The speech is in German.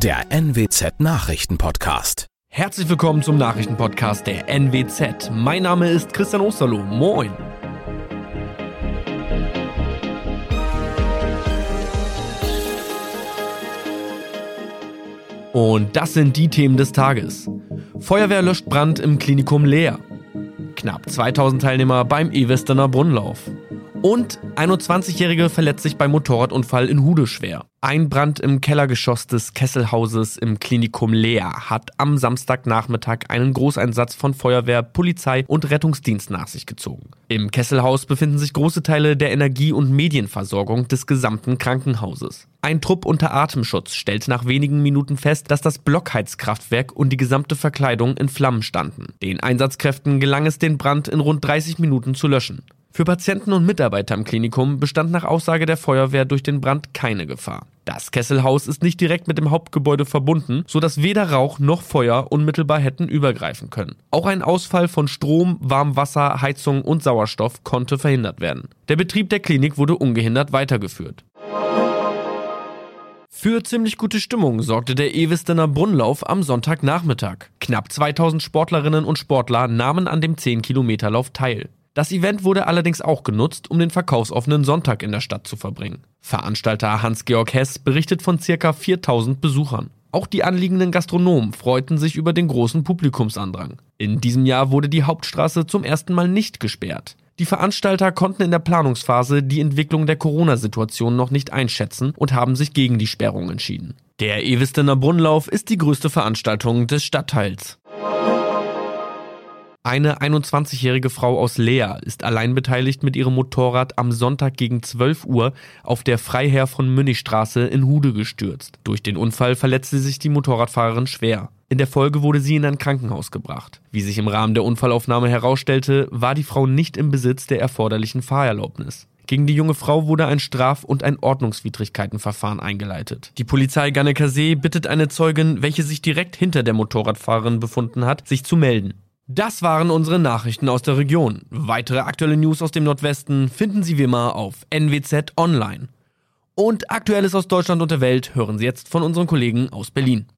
der NWZ Nachrichtenpodcast. Herzlich willkommen zum Nachrichtenpodcast der NWZ. Mein Name ist Christian Osterloh. Moin. Und das sind die Themen des Tages. Feuerwehr löscht Brand im Klinikum Leer. Knapp 2000 Teilnehmer beim Ewesterner Brunnenlauf. Und 21-Jährige verletzt sich beim Motorradunfall in Hude schwer. Ein Brand im Kellergeschoss des Kesselhauses im Klinikum Leer hat am Samstagnachmittag einen Großeinsatz von Feuerwehr, Polizei und Rettungsdienst nach sich gezogen. Im Kesselhaus befinden sich große Teile der Energie- und Medienversorgung des gesamten Krankenhauses. Ein Trupp unter Atemschutz stellte nach wenigen Minuten fest, dass das Blockheizkraftwerk und die gesamte Verkleidung in Flammen standen. Den Einsatzkräften gelang es, den Brand in rund 30 Minuten zu löschen. Für Patienten und Mitarbeiter im Klinikum bestand nach Aussage der Feuerwehr durch den Brand keine Gefahr. Das Kesselhaus ist nicht direkt mit dem Hauptgebäude verbunden, sodass weder Rauch noch Feuer unmittelbar hätten übergreifen können. Auch ein Ausfall von Strom, Warmwasser, Heizung und Sauerstoff konnte verhindert werden. Der Betrieb der Klinik wurde ungehindert weitergeführt. Für ziemlich gute Stimmung sorgte der Ewesterner Brunnenlauf am Sonntagnachmittag. Knapp 2000 Sportlerinnen und Sportler nahmen an dem 10-Kilometer-Lauf teil. Das Event wurde allerdings auch genutzt, um den verkaufsoffenen Sonntag in der Stadt zu verbringen. Veranstalter Hans-Georg Hess berichtet von ca. 4000 Besuchern. Auch die anliegenden Gastronomen freuten sich über den großen Publikumsandrang. In diesem Jahr wurde die Hauptstraße zum ersten Mal nicht gesperrt. Die Veranstalter konnten in der Planungsphase die Entwicklung der Corona-Situation noch nicht einschätzen und haben sich gegen die Sperrung entschieden. Der Ewesterner Brunnenlauf ist die größte Veranstaltung des Stadtteils. Eine 21-jährige Frau aus Leer ist allein beteiligt mit ihrem Motorrad am Sonntag gegen 12 Uhr auf der Freiherr von Münchstraße in Hude gestürzt. Durch den Unfall verletzte sich die Motorradfahrerin schwer. In der Folge wurde sie in ein Krankenhaus gebracht. Wie sich im Rahmen der Unfallaufnahme herausstellte, war die Frau nicht im Besitz der erforderlichen Fahrerlaubnis. Gegen die junge Frau wurde ein Straf- und ein Ordnungswidrigkeitenverfahren eingeleitet. Die Polizei Ganekasee bittet eine Zeugin, welche sich direkt hinter der Motorradfahrerin befunden hat, sich zu melden. Das waren unsere Nachrichten aus der Region. Weitere aktuelle News aus dem Nordwesten finden Sie wie immer auf NWZ Online. Und Aktuelles aus Deutschland und der Welt hören Sie jetzt von unseren Kollegen aus Berlin.